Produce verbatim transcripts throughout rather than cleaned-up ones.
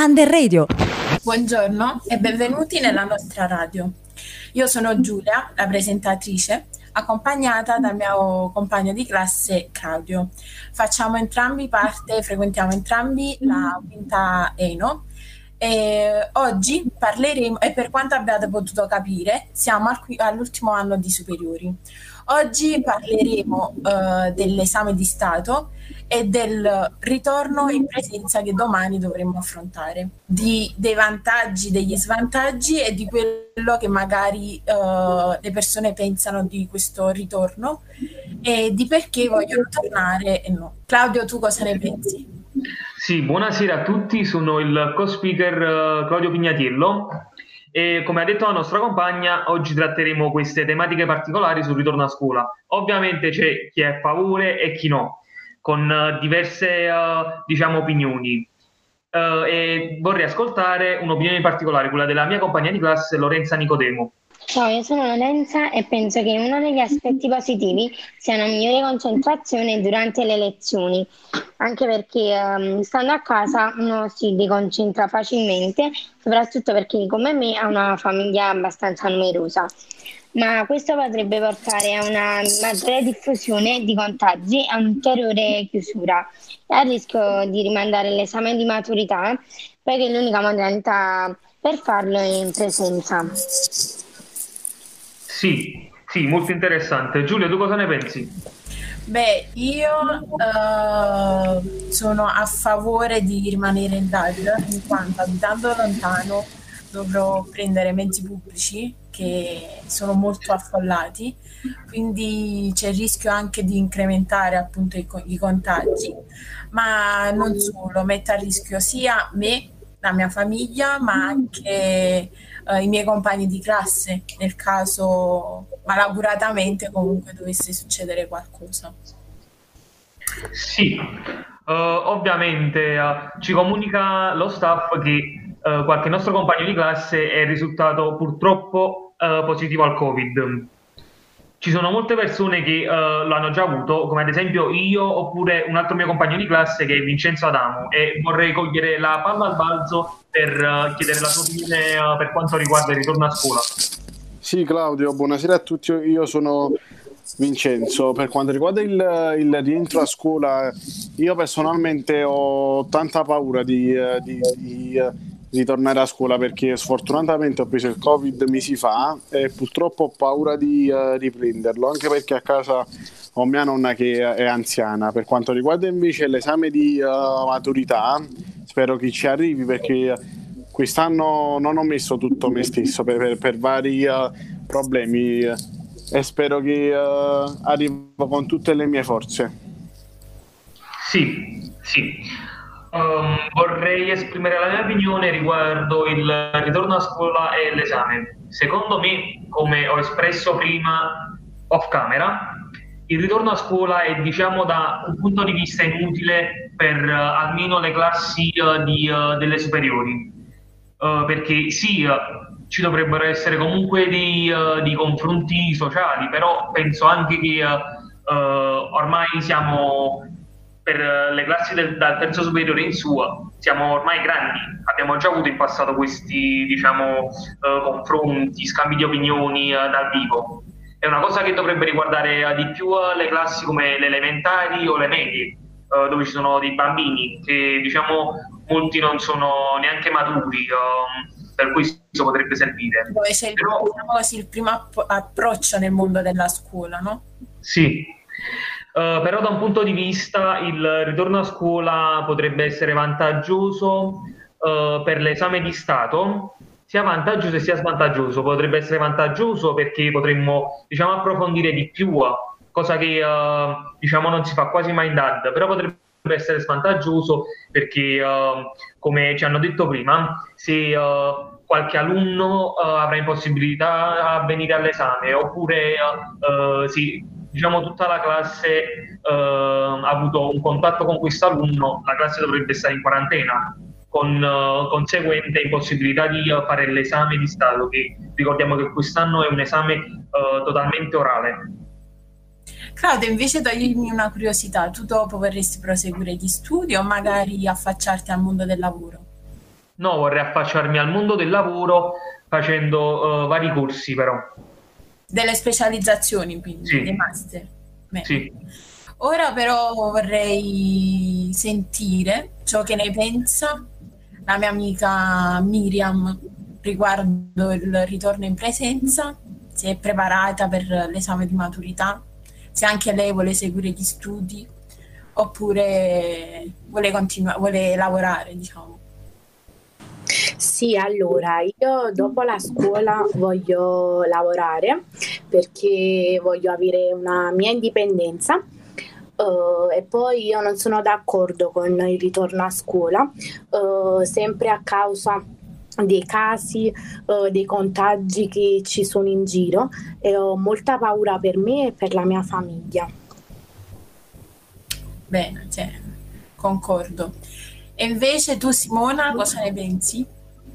Under Radio. Buongiorno e benvenuti nella nostra radio. Io sono Giulia, la presentatrice, accompagnata dal mio compagno di classe Claudio. Facciamo entrambi parte, frequentiamo entrambi la quinta Eno e oggi parleremo, e per quanto abbiate potuto capire, siamo al, all'ultimo anno di superiori. Oggi parleremo uh, dell'esame di Stato e del ritorno in presenza che domani dovremo affrontare, di, dei vantaggi, degli svantaggi e di quello che magari uh, le persone pensano di questo ritorno e di perché vogliono tornare e no. Claudio, tu cosa ne pensi? Sì, buonasera a tutti, sono il co-speaker uh, Claudio Pignatiello e come ha detto la nostra compagna, oggi tratteremo queste tematiche particolari sul ritorno a scuola. Ovviamente c'è chi è a favore e chi no, con uh, diverse uh, diciamo opinioni uh, e vorrei ascoltare un'opinione in particolare, quella della mia compagna di classe Lorenza Nicodemo. Ciao, io sono Lorenza e penso che uno degli aspetti positivi sia una migliore concentrazione durante le lezioni, anche perché um, stando a casa uno si deconcentra facilmente, soprattutto perché come me ha una famiglia abbastanza numerosa. Ma questo potrebbe portare a una maggiore diffusione di contagi e a un'ulteriore chiusura e al rischio di rimandare l'esame di maturità, perché l'unica modalità per farlo è in presenza. Sì, sì, molto interessante. Giulia, tu cosa ne pensi? Beh, io uh, sono a favore di rimanere in D A D, in quanto abitando lontano dovrò prendere mezzi pubblici che sono molto affollati, quindi c'è il rischio anche di incrementare appunto i, i contagi, ma non solo, mette a rischio sia me, la mia famiglia, ma anche uh, i miei compagni di classe, nel caso malauguratamente comunque dovesse succedere qualcosa. Sì, uh, ovviamente uh, ci comunica lo staff che uh, qualche nostro compagno di classe è risultato purtroppo uh, positivo al Covid. Ci sono molte persone che uh, l'hanno già avuto, come ad esempio io oppure un altro mio compagno di classe che è Vincenzo Adamo, e vorrei cogliere la palla al balzo per uh, chiedere la sua opinione uh, per quanto riguarda il ritorno a scuola. Sì, Claudio, buonasera a tutti, io sono Vincenzo. Per quanto riguarda il, il rientro a scuola, io personalmente ho tanta paura di, di, di di tornare a scuola perché sfortunatamente ho preso il Covid mesi fa e purtroppo ho paura di uh, riprenderlo, anche perché a casa ho mia nonna che è anziana. Per quanto riguarda invece l'esame di uh, maturità, spero che ci arrivi perché quest'anno non ho messo tutto me stesso per, per, per vari uh, problemi e spero che uh, arrivo con tutte le mie forze. Sì, sì. Um, vorrei esprimere la mia opinione riguardo il ritorno a scuola e l'esame. Secondo me, come ho espresso prima off camera, il ritorno a scuola è, diciamo, da un punto di vista inutile per uh, almeno le classi uh, di, uh, delle superiori, uh, perché sì, uh, ci dovrebbero essere comunque dei, uh, dei confronti sociali, però penso anche che uh, uh, ormai siamo... per le classi del, dal terzo superiore in su siamo ormai grandi, abbiamo già avuto in passato questi diciamo uh, confronti, scambi di opinioni uh, dal vivo. È una cosa che dovrebbe riguardare uh, di più uh, le classi come le elementari o le medie, uh, dove ci sono dei bambini che diciamo molti non sono neanche maturi, uh, per questo potrebbe servire. Dove c'è il, Però, diciamo così, il primo app- approccio nel mondo della scuola, no? Sì. Uh, però da un punto di vista il ritorno a scuola potrebbe essere vantaggioso uh, per l'esame di Stato, sia vantaggioso sia svantaggioso. Potrebbe essere vantaggioso perché potremmo diciamo approfondire di più, cosa che uh, diciamo non si fa quasi mai in D A D, però potrebbe essere svantaggioso perché uh, come ci hanno detto prima, se uh, qualche alunno uh, avrà impossibilità a venire all'esame oppure uh, uh, si diciamo tutta la classe uh, ha avuto un contatto con questo alunno, la classe dovrebbe stare in quarantena, con uh, conseguente impossibilità di uh, fare l'esame di Stato, che ricordiamo che quest'anno è un esame uh, totalmente orale. Claudio, invece toglimi una curiosità, tu dopo vorresti proseguire gli studi o magari affacciarti al mondo del lavoro? No, vorrei affacciarmi al mondo del lavoro facendo uh, vari corsi però. Delle specializzazioni, quindi, Sì. dei master. Bene. Sì. Ora però vorrei sentire ciò che ne pensa la mia amica Miriam riguardo il ritorno in presenza, se è preparata per l'esame di maturità, se anche lei vuole seguire gli studi oppure vuole continuare, vuole lavorare, diciamo. Sì, allora io dopo la scuola voglio lavorare perché voglio avere una mia indipendenza. Uh, e poi io non sono d'accordo con il ritorno a scuola, uh, sempre a causa dei casi, uh, dei contagi che ci sono in giro, e ho molta paura per me e per la mia famiglia. Bene, cioè, concordo. E invece tu, Simona, cosa ne pensi?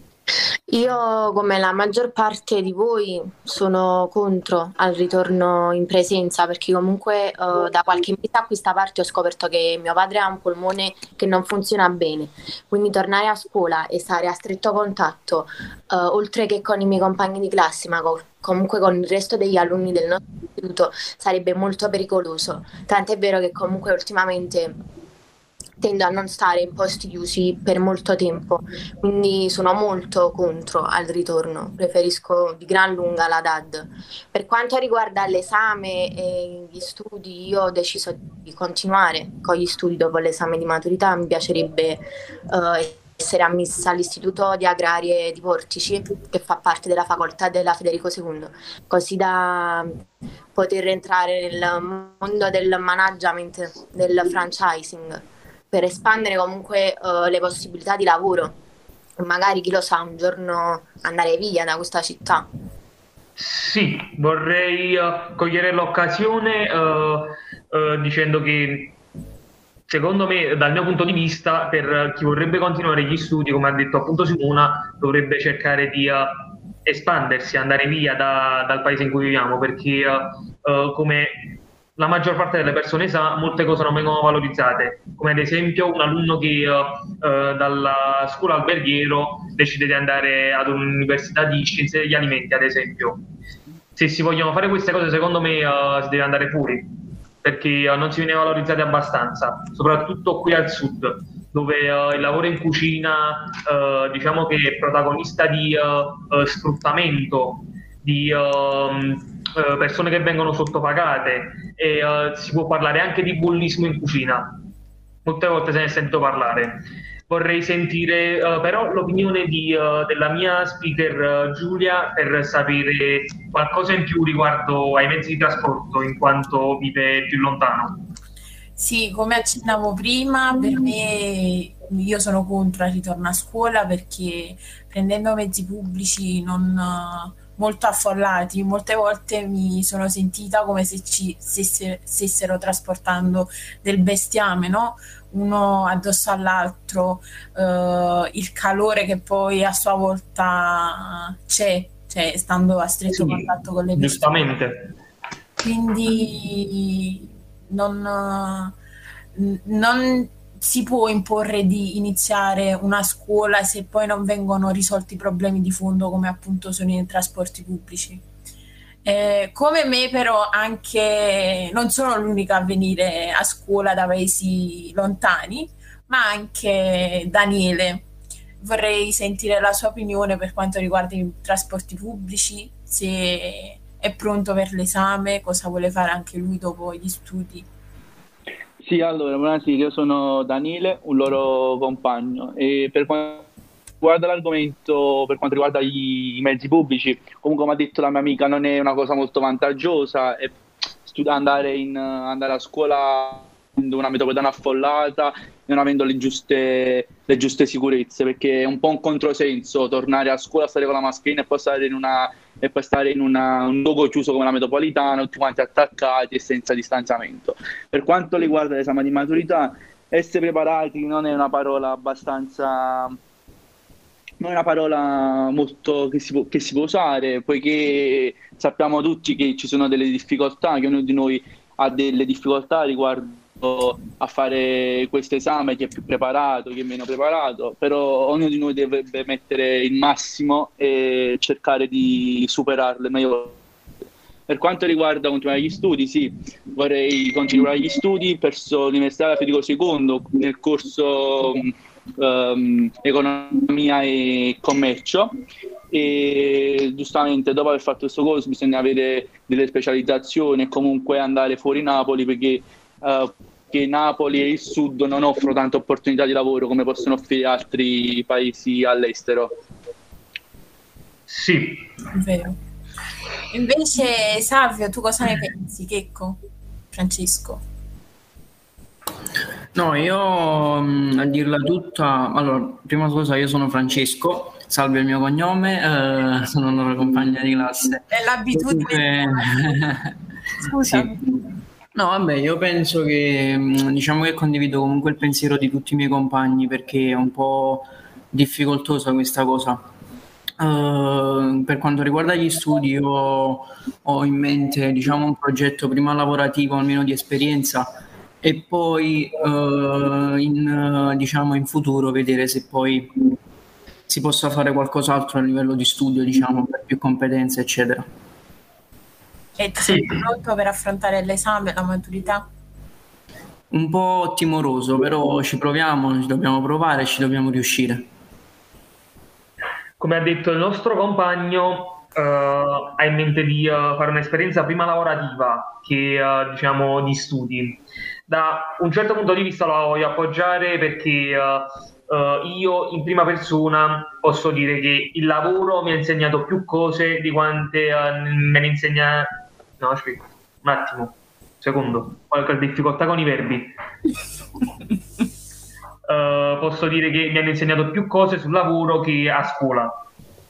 Io, come la maggior parte di voi, sono contro al ritorno in presenza perché comunque eh, da qualche mese a questa parte ho scoperto che mio padre ha un polmone che non funziona bene, quindi tornare a scuola e stare a stretto contatto, eh, oltre che con i miei compagni di classe, ma co- comunque con il resto degli alunni del nostro istituto, sarebbe molto pericoloso. Tant'è vero che comunque ultimamente tendo a non stare in posti chiusi per molto tempo, quindi sono molto contro al ritorno, preferisco di gran lunga la D A D. Per quanto riguarda l'esame e gli studi, io ho deciso di continuare con gli studi dopo l'esame di maturità, mi piacerebbe eh, essere ammessa all'Istituto di Agrarie di Portici, che fa parte della facoltà della Federico secondo, così da poter entrare nel mondo del management, del franchising, per espandere comunque uh, le possibilità di lavoro e magari, chi lo sa, un giorno andare via da questa città. Sì, vorrei uh, cogliere l'occasione uh, uh, dicendo che secondo me, dal mio punto di vista, per chi vorrebbe continuare gli studi, come ha detto appunto Simona, dovrebbe cercare di uh, espandersi, andare via da, dal paese in cui viviamo, perché uh, uh, come la maggior parte delle persone sa, molte cose non vengono valorizzate, come ad esempio un alunno che uh, uh, dalla scuola alberghiero decide di andare ad un'università di scienze degli alimenti, ad esempio. Se si vogliono fare queste cose, secondo me uh, si deve andare fuori, perché uh, non si viene valorizzate abbastanza, soprattutto qui al sud, dove uh, il lavoro in cucina uh, diciamo che è protagonista di uh, uh, sfruttamento, di uh, persone che vengono sottopagate, e uh, si può parlare anche di bullismo in cucina. Molte volte se ne sento parlare. Vorrei sentire uh, però l'opinione di, uh, della mia speaker uh, Giulia, per sapere qualcosa in più riguardo ai mezzi di trasporto, in quanto vive più lontano. Sì, come accennavo prima, per me io sono contro il ritorno a scuola, perché prendendo mezzi pubblici non molto affollati, molte volte mi sono sentita come se ci stesse, stessero trasportando del bestiame, no? Uno addosso all'altro, eh, il calore che poi a sua volta c'è, cioè stando a stretto Sì, contatto con le persone. Giustamente. Quindi non, non si può imporre di iniziare una scuola se poi non vengono risolti i problemi di fondo, come appunto sono i trasporti pubblici. Eh, come me però anche non sono l'unica a venire a scuola da paesi lontani, ma anche Daniele. Vorrei sentire la sua opinione per quanto riguarda i trasporti pubblici, se è pronto per l'esame, cosa vuole fare anche lui dopo gli studi. Sì, allora, buonasera, io sono Daniele, un loro compagno, e per quanto riguarda l'argomento, per quanto riguarda i, i mezzi pubblici, comunque come ha detto la mia amica, non è una cosa molto vantaggiosa, e stud- andare, in, andare a scuola in una metropolitana affollata, non avendo le giuste, le giuste sicurezze, perché è un po' un controsenso tornare a scuola, stare con la mascherina e poi stare in una e poi stare in una, un luogo chiuso come la metropolitana, tutti quanti attaccati e senza distanziamento. Per quanto riguarda l'esame di maturità, essere preparati non è una parola abbastanza, non è una parola molto che si può, che si può usare, poiché sappiamo tutti che ci sono delle difficoltà, che ognuno di noi ha delle difficoltà riguardo a fare questo esame, chi è più preparato, chi è meno preparato, però ognuno di noi dovrebbe mettere il massimo e cercare di superarlo il meglio. Per quanto riguarda continuare gli studi, sì, vorrei continuare gli studi presso l'Università Federico secondo nel corso um, Economia e Commercio, e giustamente dopo aver fatto questo corso bisogna avere delle specializzazioni e comunque andare fuori Napoli, perché uh, che Napoli e il sud non offrono tante opportunità di lavoro come possono offrire altri paesi all'estero. Sì, vero. Invece Savio, tu cosa ne pensi, Checco? Francesco? No, io a dirla tutta, allora, prima cosa, io sono Francesco, salve il mio cognome, eh, sono una compagna di classe. È l'abitudine. Scusami. Sì. No, vabbè, io penso che, diciamo che condivido comunque il pensiero di tutti i miei compagni, perché è un po' difficoltosa questa cosa. Uh, per quanto riguarda gli studi, io ho in mente, diciamo, un progetto prima lavorativo, almeno di esperienza, e poi uh, in, uh, diciamo, in futuro vedere se poi si possa fare qualcos'altro a livello di studio, diciamo, per più competenze, eccetera. E ti sei pronto per affrontare l'esame, la maturità? Un po' timoroso, però ci proviamo, ci dobbiamo provare, ci dobbiamo riuscire. Come ha detto il nostro compagno, uh, ha in mente di uh, fare un'esperienza prima lavorativa che uh, diciamo di studi. Da un certo punto di vista lo voglio appoggiare, perché uh, uh, io in prima persona posso dire che il lavoro mi ha insegnato più cose di quante uh, me ne insegna... No, aspetta, un attimo, un secondo, ho qualche difficoltà con i verbi. Uh, posso dire che mi hanno insegnato più cose sul lavoro che a scuola.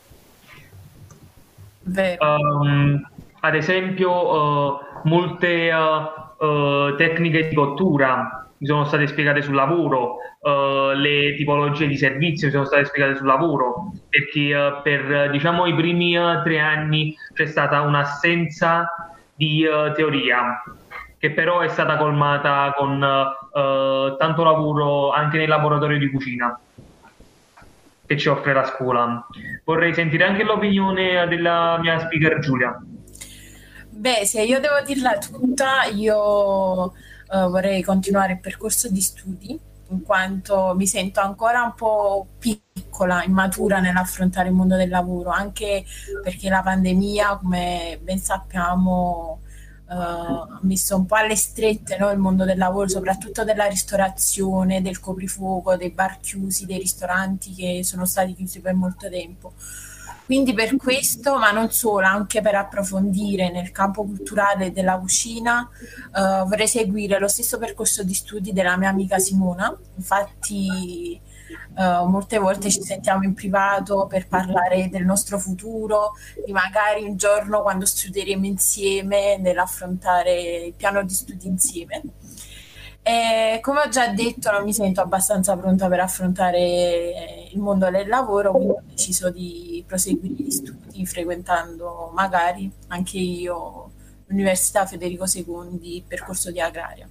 Um, ad esempio, uh, molte uh, uh, tecniche di cottura mi sono state spiegate sul lavoro, uh, le tipologie di servizio mi sono state spiegate sul lavoro, perché uh, per diciamo i primi uh, tre anni c'è stata un'assenza di uh, teoria, che però è stata colmata con uh, tanto lavoro anche nel laboratorio di cucina che ci offre la scuola. Vorrei sentire anche l'opinione della mia speaker Giulia. Beh, se io devo dirla tutta, io uh, vorrei continuare il percorso di studi, in quanto mi sento ancora un po' piccola, immatura nell'affrontare il mondo del lavoro, anche perché la pandemia, come ben sappiamo, Uh, ha messo un po' alle strette, no, il mondo del lavoro, soprattutto della ristorazione, del coprifuoco, dei bar chiusi, dei ristoranti che sono stati chiusi per molto tempo. Quindi per questo, ma non solo, anche per approfondire nel campo culturale della cucina, uh, vorrei seguire lo stesso percorso di studi della mia amica Simona. Infatti Uh, molte volte ci sentiamo in privato per parlare del nostro futuro, di magari un giorno quando studieremo insieme, nell'affrontare il piano di studi insieme. E come ho già detto, non mi sento abbastanza pronta per affrontare il mondo del lavoro, quindi ho deciso di proseguire gli studi frequentando magari anche io l'Università Federico secondo, percorso di agraria.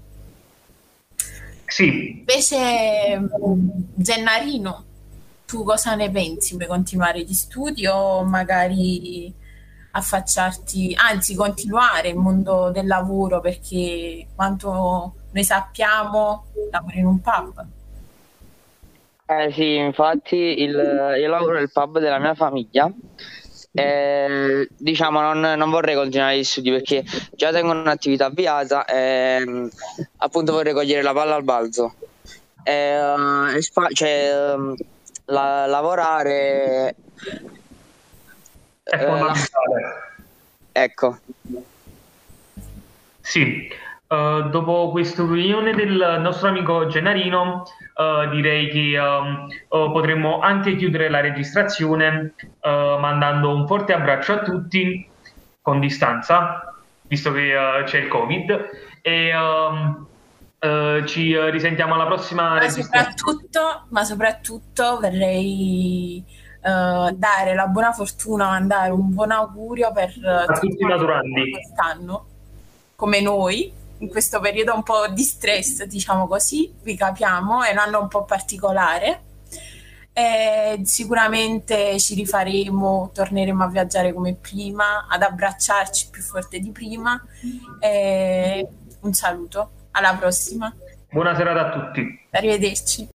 Sì. Invece Gennarino, tu cosa ne pensi? Vuoi continuare gli studi o magari affacciarti, anzi continuare il mondo del lavoro, perché quanto noi sappiamo lavori in un pub? Eh sì, infatti il, io lavoro nel pub della mia famiglia. Eh, diciamo non, non vorrei continuare gli studi perché già tengo un'attività avviata e appunto vorrei cogliere la palla al balzo, eh, spa- cioè la, lavorare è fondamentale. Eh, ecco. Sì. Uh, dopo questa riunione del nostro amico Gennarino, uh, direi che um, uh, potremmo anche chiudere la registrazione uh, mandando un forte abbraccio a tutti con distanza, visto che uh, c'è il Covid, e um, uh, ci uh, risentiamo alla prossima ma registrazione. Soprattutto, ma soprattutto vorrei uh, dare la buona fortuna, mandare un buon augurio per uh, a tutti i maturandi quest'anno, come noi. in questo periodo un po' di stress, diciamo così, vi capiamo, è un anno un po' particolare. E sicuramente ci rifaremo, torneremo a viaggiare come prima, ad abbracciarci più forte di prima. E un saluto, alla prossima. Buona serata a tutti. Arrivederci.